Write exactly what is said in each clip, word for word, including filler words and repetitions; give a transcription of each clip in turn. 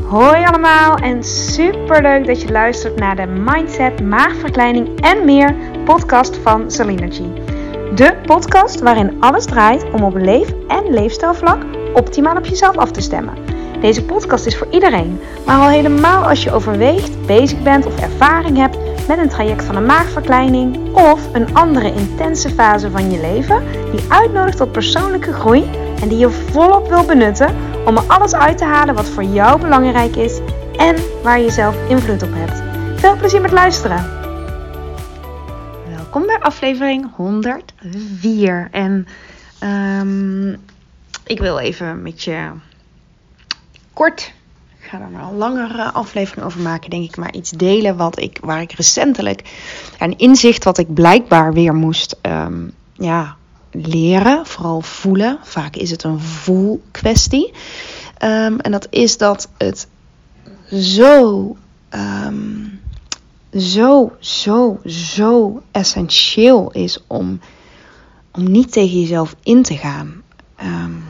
Hoi allemaal en super leuk dat je luistert naar de Mindset, Maagverkleining en meer podcast van Salinergy. De podcast waarin alles draait om op leef- en leefstijlvlak optimaal op jezelf af te stemmen. Deze podcast is voor iedereen, maar al helemaal als je overweegt, bezig bent of ervaring hebt met een traject van een maagverkleining of een andere intense fase van je leven die uitnodigt tot persoonlijke groei en die je volop wil benutten om er alles uit te halen wat voor jou belangrijk is en waar je zelf invloed op hebt. Veel plezier met luisteren! Welkom bij aflevering honderdvier. En um, ik wil even met je kort, ik ga er maar een langere aflevering over maken, denk ik, maar iets delen wat ik, waar ik recentelijk, een inzicht wat ik blijkbaar weer moest um, ja, leren, vooral voelen. Vaak is het een voelkwestie. Um, en dat is dat het zo, um, zo, zo, zo essentieel is om, om niet tegen jezelf in te gaan. Um,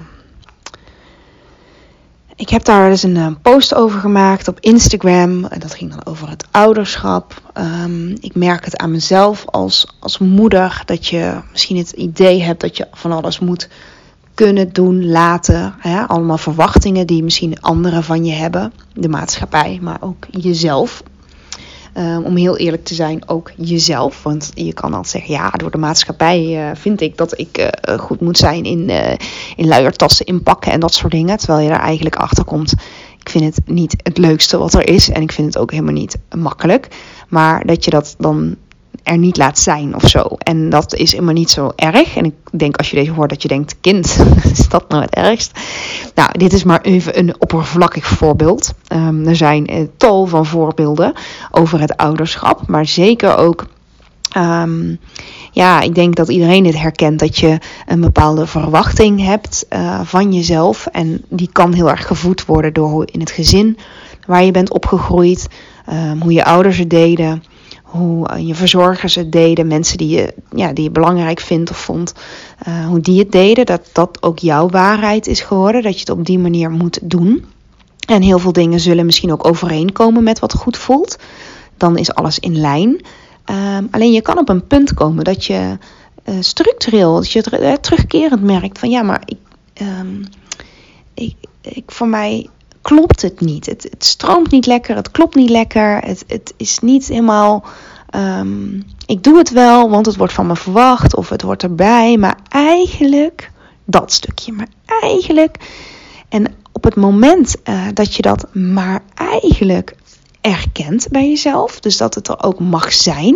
ik heb daar dus een, een post over gemaakt op Instagram. En dat ging dan over het ouderschap. Um, ik merk het aan mezelf als, als moeder. Dat je misschien het idee hebt dat je van alles moet kunnen doen, laten. Hè? Allemaal verwachtingen die misschien anderen van je hebben. De maatschappij, maar ook jezelf. Um, om heel eerlijk te zijn, ook jezelf. Want je kan altijd zeggen, ja, door de maatschappij uh, vind ik dat ik uh, goed moet zijn in, uh, in luiertassen inpakken en dat soort dingen. Terwijl je er eigenlijk achter komt, ik vind het niet het leukste wat er is. En ik vind het ook helemaal niet makkelijk. Maar dat je dat dan er niet laat zijn of zo. En dat is helemaal niet zo erg. En ik denk als je deze hoort dat je denkt, kind, is dat nou het ergst? Nou, dit is maar even een oppervlakkig voorbeeld. Um, er zijn een tal van voorbeelden over het ouderschap. Maar zeker ook, um, ja, ik denk dat iedereen dit herkent. Dat je een bepaalde verwachting hebt uh, van jezelf. En die kan heel erg gevoed worden door hoe in het gezin waar je bent opgegroeid. Um, hoe je ouders het deden. Hoe je verzorgers het deden, mensen die je, ja, die je belangrijk vindt of vond, uh, hoe die het deden, dat dat ook jouw waarheid is geworden, dat je het op die manier moet doen. En heel veel dingen zullen misschien ook overeenkomen met wat goed voelt. Dan is alles in lijn. Um, alleen je kan op een punt komen dat je uh, structureel, dat je uh, terugkerend merkt van ja, maar ik, um, ik, ik voor mij klopt het niet. Het, het stroomt niet lekker, het klopt niet lekker. Het, het is niet helemaal, um, ik doe het wel, want het wordt van me verwacht of het wordt erbij. Maar eigenlijk, dat stukje, maar eigenlijk. En op het moment uh, dat je dat maar eigenlijk erkent bij jezelf, dus dat het er ook mag zijn,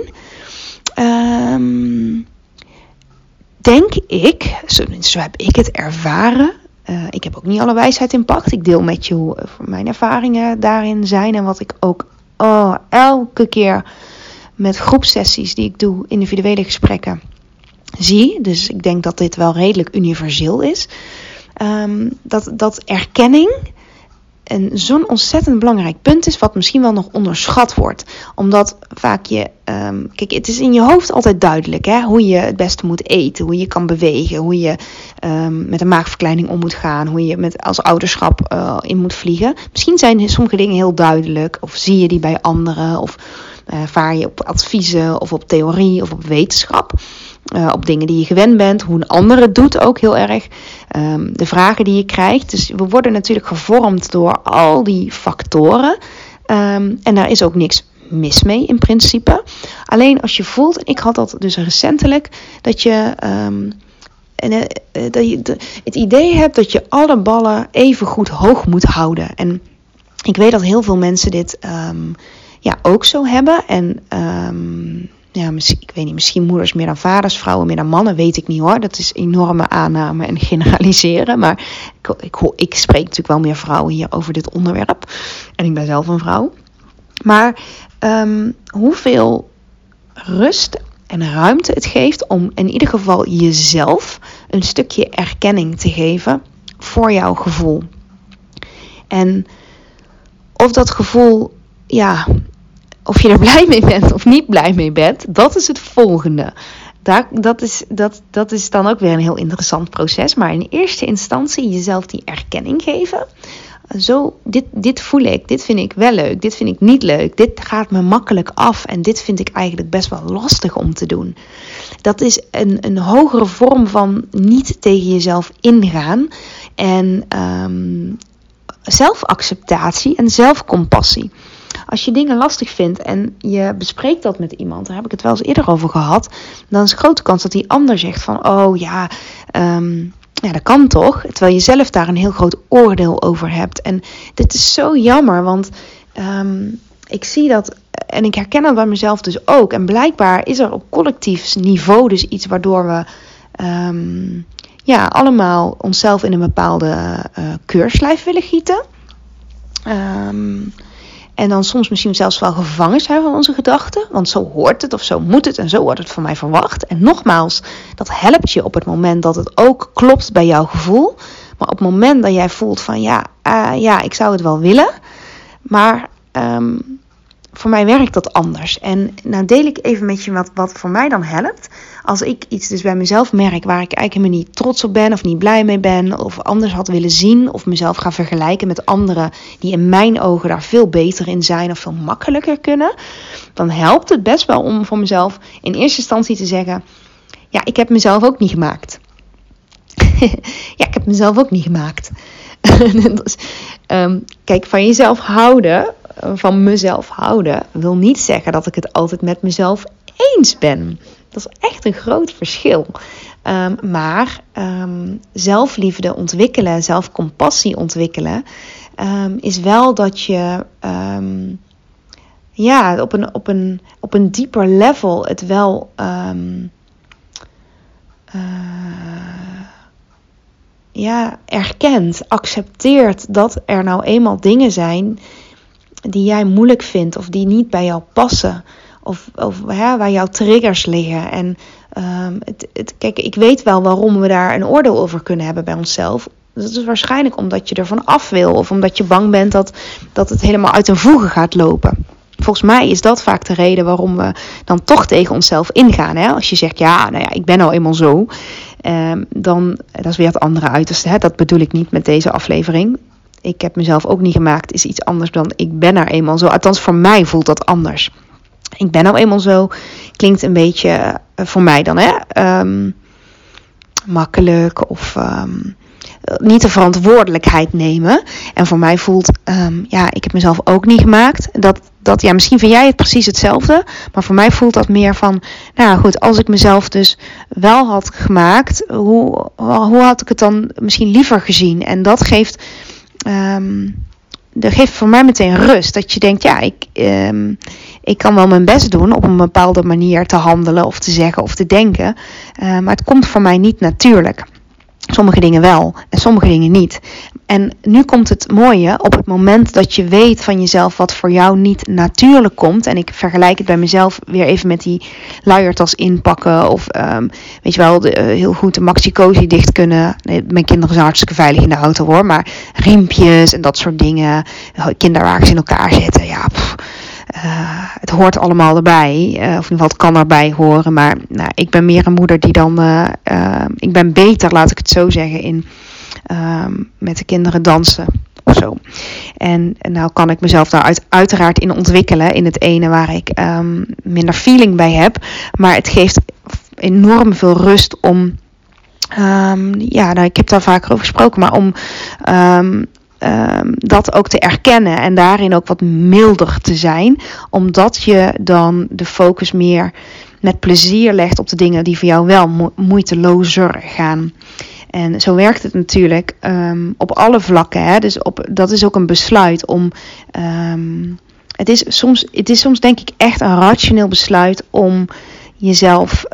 um, denk ik, zo, zo heb ik het ervaren. Uh, ik heb ook niet alle wijsheid in pacht. Ik deel met je hoe uh, mijn ervaringen daarin zijn. En wat ik ook oh, elke keer met groepsessies die ik doe, individuele gesprekken, zie. Dus ik denk dat dit wel redelijk universeel is. Um, dat, dat erkenning een zo'n ontzettend belangrijk punt is, wat misschien wel nog onderschat wordt. Omdat vaak je, um, kijk, het is in je hoofd altijd duidelijk, hè, hoe je het beste moet eten, hoe je kan bewegen, hoe je um, met een maagverkleining om moet gaan, hoe je met als ouderschap uh, in moet vliegen. Misschien zijn sommige dingen heel duidelijk, of zie je die bij anderen, of uh, vaar je op adviezen, of op theorie, of op wetenschap. Uh, op dingen die je gewend bent, hoe een ander het doet ook heel erg. Um, de vragen die je krijgt. Dus we worden natuurlijk gevormd door al die factoren. Um, en daar is ook niks mis mee in principe. Alleen als je voelt, en ik had dat dus recentelijk, dat je, um, en, uh, dat je de, het idee hebt dat je alle ballen even goed hoog moet houden. En ik weet dat heel veel mensen dit um, ja, ook zo hebben. En Um, Ja, ik weet niet, misschien moeders meer dan vaders, vrouwen meer dan mannen, weet ik niet hoor. Dat is enorme aanname en generaliseren. Maar ik, ik, ik spreek natuurlijk wel meer vrouwen hier over dit onderwerp. En ik ben zelf een vrouw. Maar um, hoeveel rust en ruimte het geeft om in ieder geval jezelf een stukje erkenning te geven voor jouw gevoel. En of dat gevoel, ja, of je er blij mee bent of niet blij mee bent, dat is het volgende. Daar, dat, is, dat, dat is dan ook weer een heel interessant proces. Maar in eerste instantie jezelf die erkenning geven. zo, dit, dit voel ik, dit vind ik wel leuk, dit vind ik niet leuk, dit gaat me makkelijk af en dit vind ik eigenlijk best wel lastig om te doen. Dat is een, een hogere vorm van niet tegen jezelf ingaan en um, zelfacceptatie en zelfcompassie. Als je dingen lastig vindt en je bespreekt dat met iemand, daar heb ik het wel eens eerder over gehad, dan is de grote kans dat die ander zegt van, oh ja, um, ja, dat kan toch? Terwijl je zelf daar een heel groot oordeel over hebt. En dit is zo jammer, want um, ik zie dat en ik herken dat bij mezelf dus ook. En blijkbaar is er op collectief niveau dus iets waardoor we um, ja, allemaal onszelf in een bepaalde uh, keurslijf willen gieten. Um, En dan soms misschien zelfs wel gevangen zijn van onze gedachten. Want zo hoort het of zo moet het en zo wordt het van mij verwacht. En nogmaals, dat helpt je op het moment dat het ook klopt bij jouw gevoel. Maar op het moment dat jij voelt van ja, uh, ja ik zou het wel willen. Maar um, voor mij werkt dat anders. En nou deel ik even met je wat, wat voor mij dan helpt. Als ik iets dus bij mezelf merk waar ik eigenlijk helemaal niet trots op ben of niet blij mee ben of anders had willen zien of mezelf ga vergelijken met anderen die in mijn ogen daar veel beter in zijn of veel makkelijker kunnen, dan helpt het best wel om voor mezelf in eerste instantie te zeggen, ja, ik heb mezelf ook niet gemaakt. ja, ik heb mezelf ook niet gemaakt. dus, um, kijk, van jezelf houden, van mezelf houden, wil niet zeggen dat ik het altijd met mezelf eens ben. Dat is echt een groot verschil. Um, maar um, zelfliefde ontwikkelen, zelfcompassie ontwikkelen, um, is wel dat je um, ja, op een, op een, op een dieper level het wel um, uh, ja, erkent, accepteert dat er nou eenmaal dingen zijn die jij moeilijk vindt of die niet bij jou passen. Of, of ja, waar jouw triggers liggen. En um, het, het, kijk, ik weet wel waarom we daar een oordeel over kunnen hebben bij onszelf. Dat is waarschijnlijk omdat je ervan af wil. Of omdat je bang bent dat, dat het helemaal uit de voegen gaat lopen. Volgens mij is dat vaak de reden waarom we dan toch tegen onszelf ingaan. Hè? Als je zegt, ja, nou ja, ik ben nou eenmaal zo. Um, dan, dat is weer het andere uiterste. Hè? Dat bedoel ik niet met deze aflevering. Ik heb mezelf ook niet gemaakt, is iets anders dan ik ben er eenmaal zo. Althans, voor mij voelt dat anders. Ik ben nou eenmaal zo, klinkt een beetje uh, voor mij dan, hè, um, makkelijk of um, niet de verantwoordelijkheid nemen. En voor mij voelt, um, ja, ik heb mezelf ook niet gemaakt. Dat, dat, ja, misschien vind jij het precies hetzelfde, maar voor mij voelt dat meer van, nou goed, als ik mezelf dus wel had gemaakt, hoe, hoe had ik het dan misschien liever gezien? En dat geeft, um, dat geeft voor mij meteen rust. Dat je denkt, ja, ik... Um, Ik kan wel mijn best doen op een bepaalde manier te handelen of te zeggen of te denken. Uh, maar het komt voor mij niet natuurlijk. Sommige dingen wel en sommige dingen niet. En nu komt het mooie op het moment dat je weet van jezelf wat voor jou niet natuurlijk komt. En ik vergelijk het bij mezelf weer even met die luiertas inpakken. Of um, weet je wel, de, uh, heel goed de maxi-cosi dicht kunnen. Nee, mijn kinderen zijn hartstikke veilig in de auto hoor. Maar riempjes en dat soort dingen. Kinderwagens in elkaar zetten. Ja, pff. Uh, het hoort allemaal erbij. Uh, of in ieder geval het kan erbij horen. Maar nou, ik ben meer een moeder die dan... Uh, uh, ik ben beter, laat ik het zo zeggen, in uh, met de kinderen dansen of zo. En, en nou kan ik mezelf daar uit, uiteraard in ontwikkelen. In het ene waar ik um, minder feeling bij heb. Maar het geeft enorm veel rust om... Um, ja, nou, ik heb daar vaker over gesproken. Maar om... Um, Um, dat ook te erkennen en daarin ook wat milder te zijn, omdat je dan de focus meer met plezier legt op de dingen die voor jou wel mo- moeitelozer gaan. En zo werkt het natuurlijk um, op alle vlakken. Hè? Dus op, dat is ook een besluit om. Um, het, is soms, het is soms denk ik echt een rationeel besluit om jezelf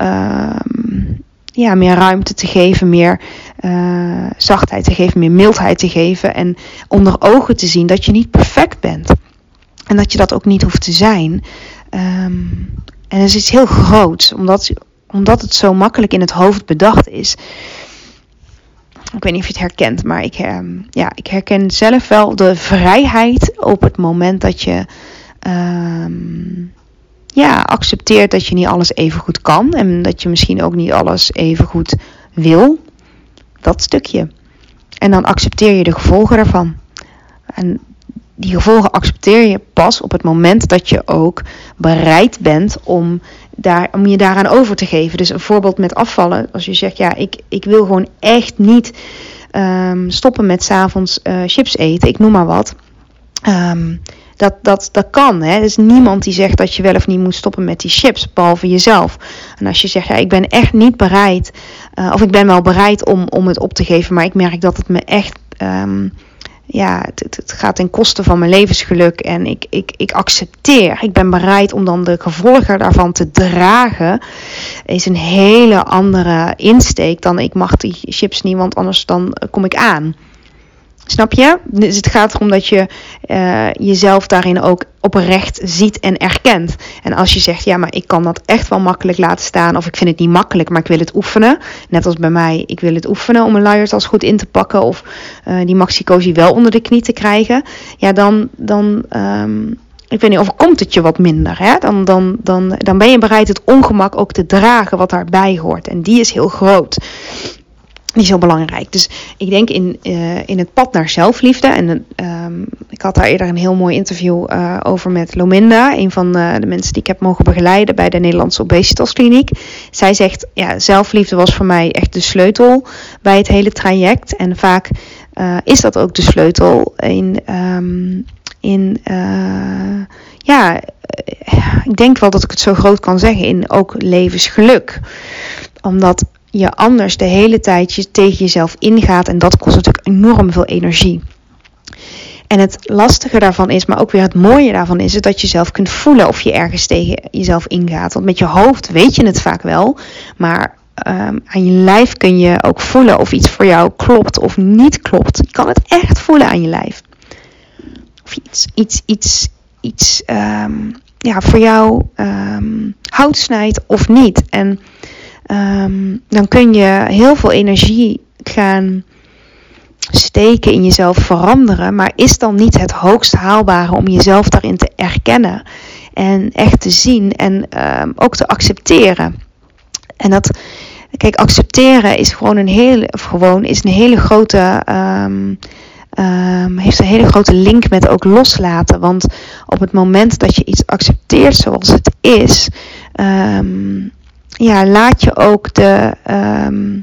um, ja, meer ruimte te geven, meer uh, zachtheid te geven, meer mildheid te geven. En onder ogen te zien dat je niet perfect bent. En dat je dat ook niet hoeft te zijn. Um, en dat is iets heel groots, omdat, omdat het zo makkelijk in het hoofd bedacht is. Ik weet niet of je het herkent, maar ik, um, ja, ik herken zelf wel de vrijheid op het moment dat je um, ja, accepteert dat je niet alles even goed kan. En dat je misschien ook niet alles even goed wil. Dat stukje. En dan accepteer je de gevolgen daarvan. En die gevolgen accepteer je pas op het moment dat je ook bereid bent om, daar, om je daaraan over te geven. Dus een voorbeeld met afvallen. Als je zegt, ja, ik, ik wil gewoon echt niet um, stoppen met 's avonds uh, chips eten. Ik noem maar wat. Um, dat, dat, dat kan. Hè? Er is niemand die zegt dat je wel of niet moet stoppen met die chips. Behalve jezelf. En als je zegt, ja, ik ben echt niet bereid. Uh, of ik ben wel bereid om, om het op te geven. Maar ik merk dat het me echt... Um, Ja, het, het gaat ten koste van mijn levensgeluk en ik, ik, ik accepteer. Ik ben bereid om dan de gevolgen daarvan te dragen. Is een hele andere insteek dan ik mag die chips niet, want anders dan kom ik aan. Snap je? Dus het gaat erom dat je uh, jezelf daarin ook oprecht ziet en erkent. En als je zegt, ja, maar ik kan dat echt wel makkelijk laten staan. Of ik vind het niet makkelijk, maar ik wil het oefenen. Net als bij mij, ik wil het oefenen om een luiertas goed in te pakken. Of uh, die maxicosi wel onder de knie te krijgen. Ja, dan, dan um, ik weet niet, overkomt het je wat minder. Hè? Dan, dan, dan, dan ben je bereid het ongemak ook te dragen wat daarbij hoort. En die is heel groot. Die is heel belangrijk. Dus ik denk in, uh, in het pad naar zelfliefde. En um, ik had daar eerder een heel mooi interview uh, over met Lominda. Een van uh, de mensen die ik heb mogen begeleiden bij de Nederlandse Obesitaskliniek. Zij zegt, ja, zelfliefde was voor mij echt de sleutel bij het hele traject. En vaak uh, is dat ook de sleutel in... Um, in uh, ja, ik denk wel dat ik het zo groot kan zeggen. In ook levensgeluk. Omdat... je anders de hele tijd je tegen jezelf ingaat. En dat kost natuurlijk enorm veel energie. En het lastige daarvan is, maar ook weer het mooie daarvan is, is dat je zelf kunt voelen of je ergens tegen jezelf ingaat. Want met je hoofd weet je het vaak wel. Maar um, aan je lijf kun je ook voelen of iets voor jou klopt of niet klopt. Je kan het echt voelen aan je lijf. Of iets, iets, iets, iets um, ja, voor jou um, hout snijdt of niet. En... Um, dan kun je heel veel energie gaan steken in jezelf veranderen. Maar is dan niet het hoogst haalbare om jezelf daarin te erkennen. En echt te zien en um, ook te accepteren. En dat, kijk, accepteren is gewoon een hele, of gewoon is een hele grote... Um, Um, heeft een hele grote link met ook loslaten. Want op het moment dat je iets accepteert zoals het is... Um, Ja, laat je ook de, um,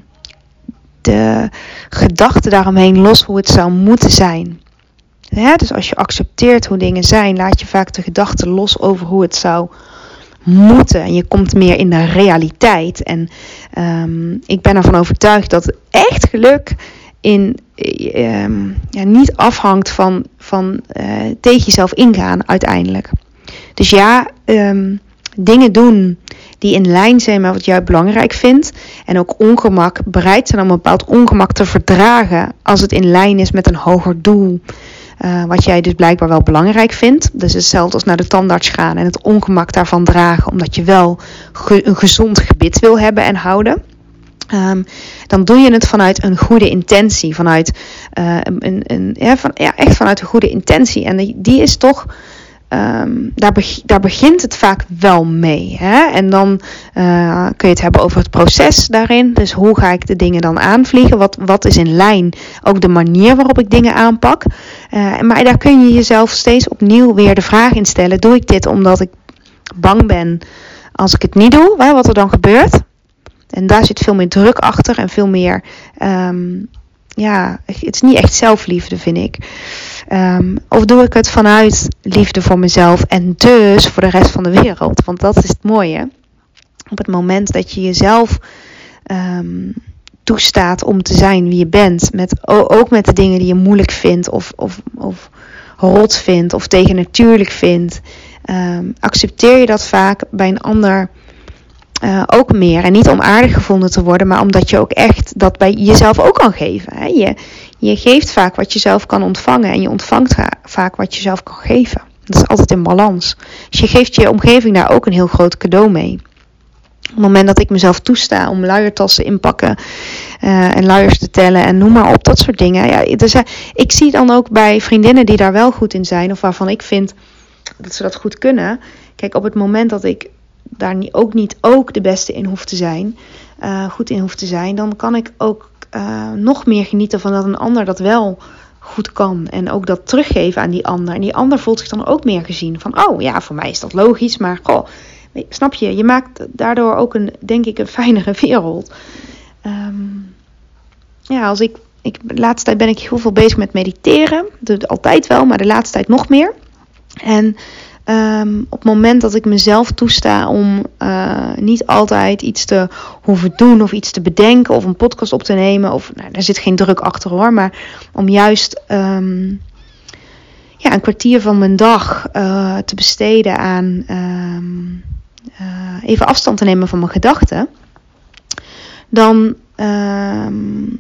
de gedachten daaromheen los hoe het zou moeten zijn. Ja, dus als je accepteert hoe dingen zijn, laat je vaak de gedachten los over hoe het zou moeten. En je komt meer in de realiteit. En um, ik ben ervan overtuigd dat echt geluk in, um, ja, niet afhangt van, van uh, tegen jezelf ingaan uiteindelijk. Dus ja, um, dingen doen... die in lijn zijn met wat jij belangrijk vindt. En ook ongemak, bereid zijn om een bepaald ongemak te verdragen. Als het in lijn is met een hoger doel. Uh, wat jij dus blijkbaar wel belangrijk vindt. Dus hetzelfde als naar de tandarts gaan. En het ongemak daarvan dragen. Omdat je wel ge- een gezond gebit wil hebben en houden. Um, dan doe je het vanuit een goede intentie. Vanuit uh, een, een, ja, van, ja, echt vanuit een goede intentie. En die, die is toch... Um, daar, be- daar begint het vaak wel mee. Hè? En dan uh, kun je het hebben over het proces daarin. Dus hoe ga ik de dingen dan aanvliegen? Wat, wat is in lijn? Ook de manier waarop ik dingen aanpak. Uh, maar daar kun je jezelf steeds opnieuw weer de vraag in stellen. Doe ik dit omdat ik bang ben als ik het niet doe? Hè? Wat er dan gebeurt? En daar zit veel meer druk achter. En veel meer... Um, ja, het is niet echt zelfliefde, vind ik. Um, of doe ik het vanuit liefde voor mezelf en dus voor de rest van de wereld. Want dat is het mooie. Op het moment dat je jezelf um, toestaat om te zijn wie je bent. Met, ook met de dingen die je moeilijk vindt of, of, of rot vindt of tegennatuurlijk vindt. Um, accepteer je dat vaak bij een ander uh, ook meer. En niet om aardig gevonden te worden, maar omdat je ook echt dat bij jezelf ook kan geven. Hè? Je, je geeft vaak wat je zelf kan ontvangen en je ontvangt vaak wat je zelf kan geven. Dat is altijd in balans. Dus je geeft je omgeving daar ook een heel groot cadeau mee. Op het moment dat ik mezelf toesta om luiertassen inpakken uh, en luiers te tellen en noem maar op, dat soort dingen. Ja, dus, uh, ik zie dan ook bij vriendinnen die daar wel goed in zijn of waarvan ik vind dat ze dat goed kunnen. Kijk, op het moment dat ik daar niet, ook niet ook de beste in hoef te zijn, uh, goed in hoef te zijn, dan kan ik ook uh, nog meer genieten van dat een ander dat wel goed kan. En ook dat teruggeven aan die ander. En die ander voelt zich dan ook meer gezien. Van, oh ja, voor mij is dat logisch. Maar goh, snap je, je maakt daardoor ook een, denk ik, een fijnere wereld. Um, ja, als ik, ik, de laatste tijd ben ik heel veel bezig met mediteren. Dat doe altijd wel, maar de laatste tijd nog meer. En um, op het moment dat ik mezelf toesta om uh, niet altijd iets te hoeven doen of iets te bedenken of een podcast op te nemen. Of, nou, daar zit geen druk achter hoor, maar om juist um, ja, een kwartier van mijn dag uh, te besteden aan um, uh, even afstand te nemen van mijn gedachten. Dan, um,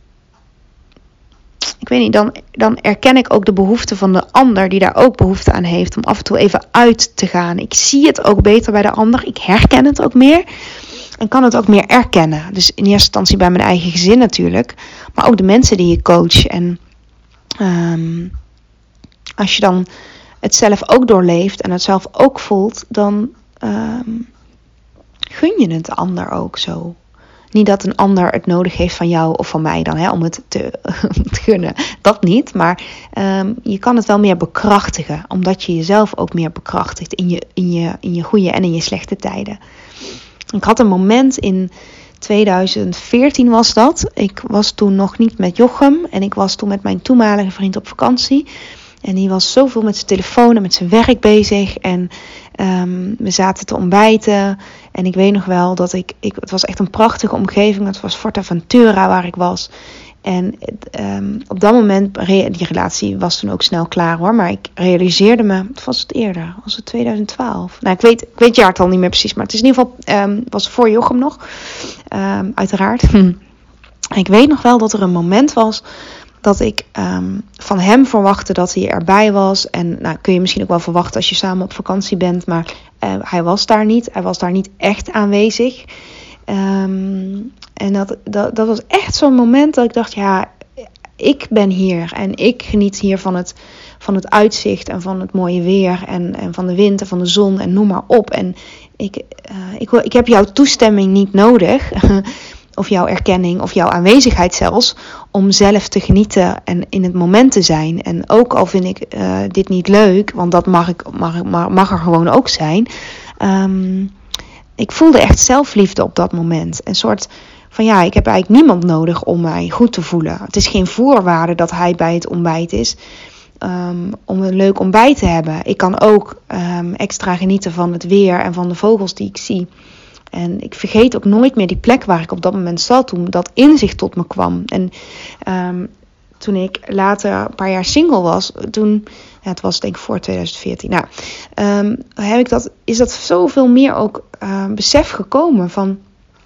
ik weet niet, dan, dan erken ik ook de behoefte van de ander die daar ook behoefte aan heeft om af en toe even uit te gaan. Ik zie het ook beter bij de ander, ik herken het ook meer en kan het ook meer erkennen. Dus in eerste instantie bij mijn eigen gezin natuurlijk, maar ook de mensen die je coach. En um, als je dan het zelf ook doorleeft en het zelf ook voelt, dan um, gun je het de ander ook zo. Niet dat een ander het nodig heeft van jou of van mij dan, hè, om het te, te gunnen. Dat niet, maar um, je kan het wel meer bekrachtigen. Omdat je jezelf ook meer bekrachtigt in je, in je, in je goede en in je slechte tijden. Ik had een moment in tweeduizend veertien was dat. Ik was toen nog niet met Jochem en ik was toen met mijn toenmalige vriend op vakantie. En die was zoveel met zijn telefoon en met zijn werk bezig. En um, we zaten te ontbijten. En ik weet nog wel dat ik, ik... Het was echt een prachtige omgeving. Het was Fortaventura waar ik was. En um, op dat moment... Die relatie was toen ook snel klaar hoor. Maar ik realiseerde me... Wat was het eerder? Was het tweeduizend twaalf? Nou, ik weet, ik weet het jaartal niet meer precies. Maar het is in ieder geval... Um, het was voor Jochem nog. Um, uiteraard. Ik weet nog wel dat er een moment was... dat ik um, van hem verwachtte dat hij erbij was. En nou, kun je misschien ook wel verwachten als je samen op vakantie bent. Maar uh, hij was daar niet. Hij was daar niet echt aanwezig. Um, en dat, dat, dat was echt zo'n moment dat ik dacht, ja, ik ben hier. En ik geniet hier van het, van het uitzicht en van het mooie weer. En, en van de wind en van de zon en noem maar op. En ik, uh, ik, ik heb jouw toestemming niet nodig... Of jouw erkenning of jouw aanwezigheid zelfs. Om zelf te genieten en in het moment te zijn. En ook al vind ik uh, dit niet leuk. Want dat mag, ik, mag, mag, mag er gewoon ook zijn. Um, ik voelde echt zelfliefde op dat moment. Een soort van ja, ik heb eigenlijk niemand nodig om mij goed te voelen. Het is geen voorwaarde dat hij bij het ontbijt is. Um, om een leuk ontbijt te hebben. Ik kan ook um, extra genieten van het weer en van de vogels die ik zie. En ik vergeet ook nooit meer die plek waar ik op dat moment zat toen dat inzicht tot me kwam. En um, toen ik later een paar jaar single was, toen, ja, het was denk ik voor tweeduizend veertien. Nou, um, heb ik dat, is dat zoveel meer ook uh, besef gekomen van,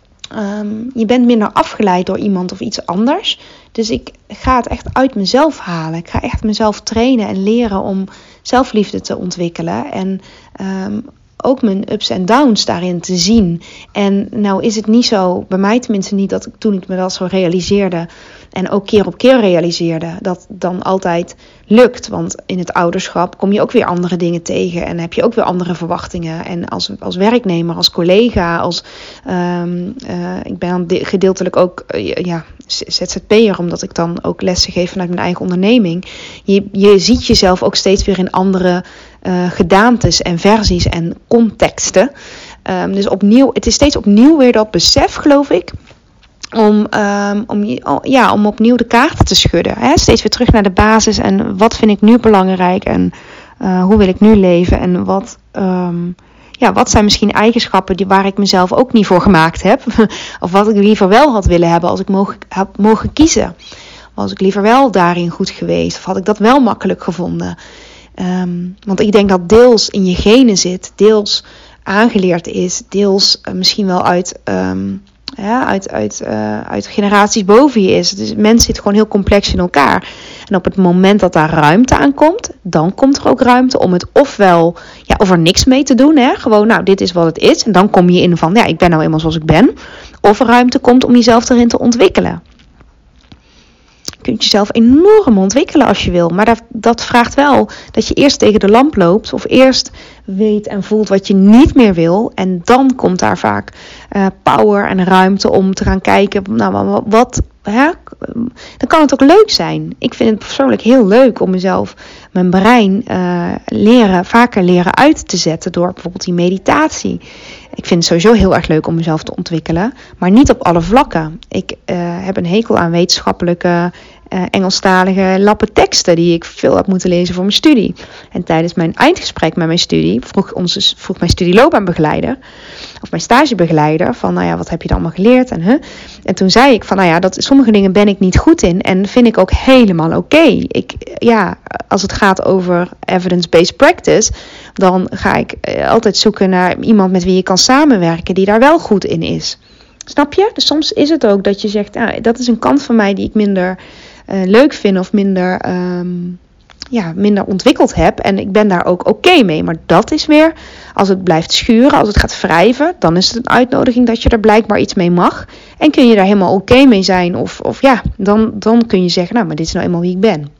um, je bent minder afgeleid door iemand of iets anders. Dus ik ga het echt uit mezelf halen. Ik ga echt mezelf trainen en leren om zelfliefde te ontwikkelen. En um, ook mijn ups en downs daarin te zien. En nou is het niet zo, bij mij tenminste niet, dat ik toen ik me dat zo realiseerde en ook keer op keer realiseerde, dat dan altijd lukt. Want in het ouderschap kom je ook weer andere dingen tegen en heb je ook weer andere verwachtingen. En als, als werknemer, als collega, als um, uh, ik ben dan gedeeltelijk ook uh, ja, Z Z P'er, omdat ik dan ook lessen geef vanuit mijn eigen onderneming. Je, je ziet jezelf ook steeds weer in andere uh, gedaantes en versies en contexten. Um, dus opnieuw, het is steeds opnieuw weer dat besef, geloof ik. Om, um, om, ja, om opnieuw de kaarten te schudden. Hè? Steeds weer terug naar de basis. En wat vind ik nu belangrijk? En uh, hoe wil ik nu leven? En wat, um, ja, wat zijn misschien eigenschappen die, waar ik mezelf ook niet voor gemaakt heb? Of wat ik liever wel had willen hebben als ik mogen, had mogen kiezen. Was ik liever wel daarin goed geweest? Of had ik dat wel makkelijk gevonden? Um, want ik denk dat deels in je genen zit. Deels aangeleerd is. Deels uh, misschien wel uit... Um, Ja, uit, uit, uh, uit generaties boven je is. Dus mens zit gewoon heel complex in elkaar. En op het moment dat daar ruimte aan komt, dan komt er ook ruimte om het ofwel, ja, of er niks mee te doen. Hè? Gewoon, nou, dit is wat het is. En dan kom je in van, ja, ik ben nou eenmaal zoals ik ben. Of er ruimte komt om jezelf erin te ontwikkelen. Je kunt jezelf enorm ontwikkelen als je wil. Maar dat, dat vraagt wel dat je eerst tegen de lamp loopt. Of eerst weet en voelt wat je niet meer wil. En dan komt daar vaak uh, power en ruimte om te gaan kijken. Nou, wat, hè, dan kan het ook leuk zijn. Ik vind het persoonlijk heel leuk om mezelf, mijn brein uh, leren, vaker leren uit te zetten door bijvoorbeeld die meditatie. Ik vind het sowieso heel erg leuk om mezelf te ontwikkelen, maar niet op alle vlakken. Ik uh, heb een hekel aan wetenschappelijke, uh, Engelstalige lappe teksten die ik veel heb moeten lezen voor mijn studie. En tijdens mijn eindgesprek met mijn studie vroeg, onze, vroeg mijn studieloopbaanbegeleider of mijn stagebegeleider van, nou ja, wat heb je dan allemaal geleerd? En, huh? en toen zei ik van, nou ja, dat, sommige dingen ben ik niet goed in en vind ik ook helemaal oké. Okay. Ik, ja, als het gaat over evidence-based practice, dan ga ik uh, altijd zoeken naar iemand met wie je kan samenwerken die daar wel goed in is. Snap je? Dus soms is het ook dat je zegt, ah, dat is een kant van mij die ik minder uh, leuk vind of minder, um, ja, minder ontwikkeld heb. En ik ben daar ook oké okay mee. Maar dat is weer, als het blijft schuren, als het gaat wrijven, dan is het een uitnodiging dat je er blijkbaar iets mee mag. En kun je daar helemaal oké okay mee zijn. Of, of ja, dan, dan kun je zeggen, nou, maar dit is nou eenmaal wie ik ben.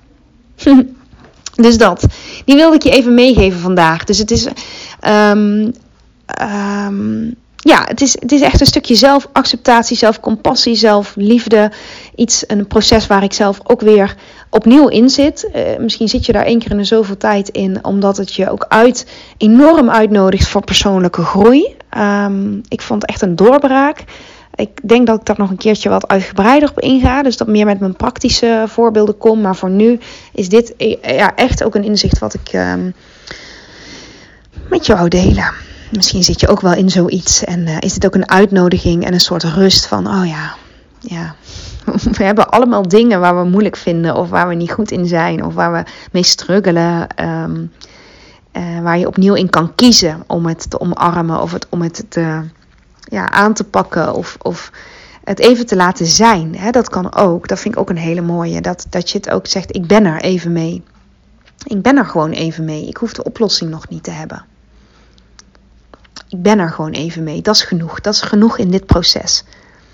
Dus dat. Die wilde ik je even meegeven vandaag. Dus het is... Um, um, Ja, het is, het is echt een stukje zelfacceptatie, zelfcompassie, zelfliefde. Iets, een proces waar ik zelf ook weer opnieuw in zit. Uh, misschien zit je daar één keer in de zoveel tijd in, omdat het je ook uit, enorm uitnodigt voor persoonlijke groei. Um, ik vond het echt een doorbraak. Ik denk dat ik daar nog een keertje wat uitgebreider op inga. Dus dat meer met mijn praktische voorbeelden kom. Maar voor nu is dit ja, echt ook een inzicht wat ik um, met jou delen. Misschien zit je ook wel in zoiets en uh, is dit ook een uitnodiging en een soort rust van, oh ja, ja, we hebben allemaal dingen waar we moeilijk vinden of waar we niet goed in zijn of waar we mee struggelen. Um, uh, waar je opnieuw in kan kiezen om het te omarmen of het, om het te, ja, aan te pakken of, of het even te laten zijn. Hè? Dat kan ook, dat vind ik ook een hele mooie, dat, dat je het ook zegt, ik ben er even mee. Ik ben er gewoon even mee, ik hoef de oplossing nog niet te hebben. Ik ben er gewoon even mee. Dat is genoeg. Dat is genoeg in dit proces.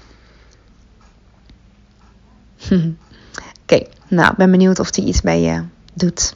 Oké, okay, nou, ben benieuwd of die iets bij je doet.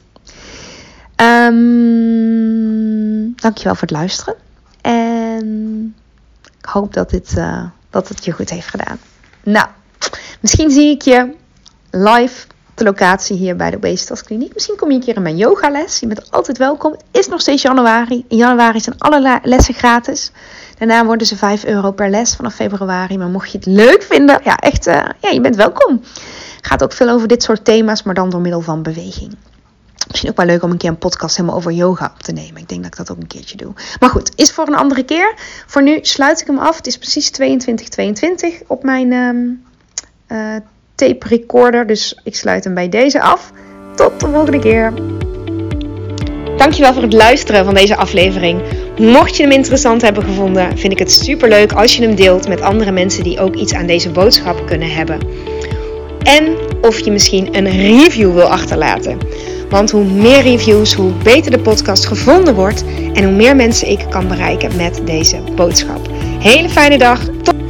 Um, dankjewel voor het luisteren. En ik hoop dat, dit, uh, dat het je goed heeft gedaan. Nou, misschien zie ik je live de locatie hier bij de Obesitaskliniek. Misschien kom je een keer in mijn yogales. Je bent altijd welkom. Het is nog steeds januari. In januari zijn alle la- lessen gratis. Daarna worden ze vijf euro per les vanaf februari. Maar mocht je het leuk vinden, ja, echt, uh, ja, je bent welkom. Gaat ook veel over dit soort thema's, maar dan door middel van beweging. Misschien ook wel leuk om een keer een podcast helemaal over yoga op te nemen. Ik denk dat ik dat ook een keertje doe. Maar goed, is voor een andere keer. Voor nu sluit ik hem af. Het is precies tweeëntwintig tweeëntwintig op mijn um, uh, tape recorder. Dus ik sluit hem bij deze af. Tot de volgende keer. Dankjewel voor het luisteren van deze aflevering. Mocht je hem interessant hebben gevonden, vind ik het superleuk als je hem deelt met andere mensen die ook iets aan deze boodschap kunnen hebben. En of je misschien een review wil achterlaten. Want hoe meer reviews, hoe beter de podcast gevonden wordt en hoe meer mensen ik kan bereiken met deze boodschap. Hele fijne dag. Tot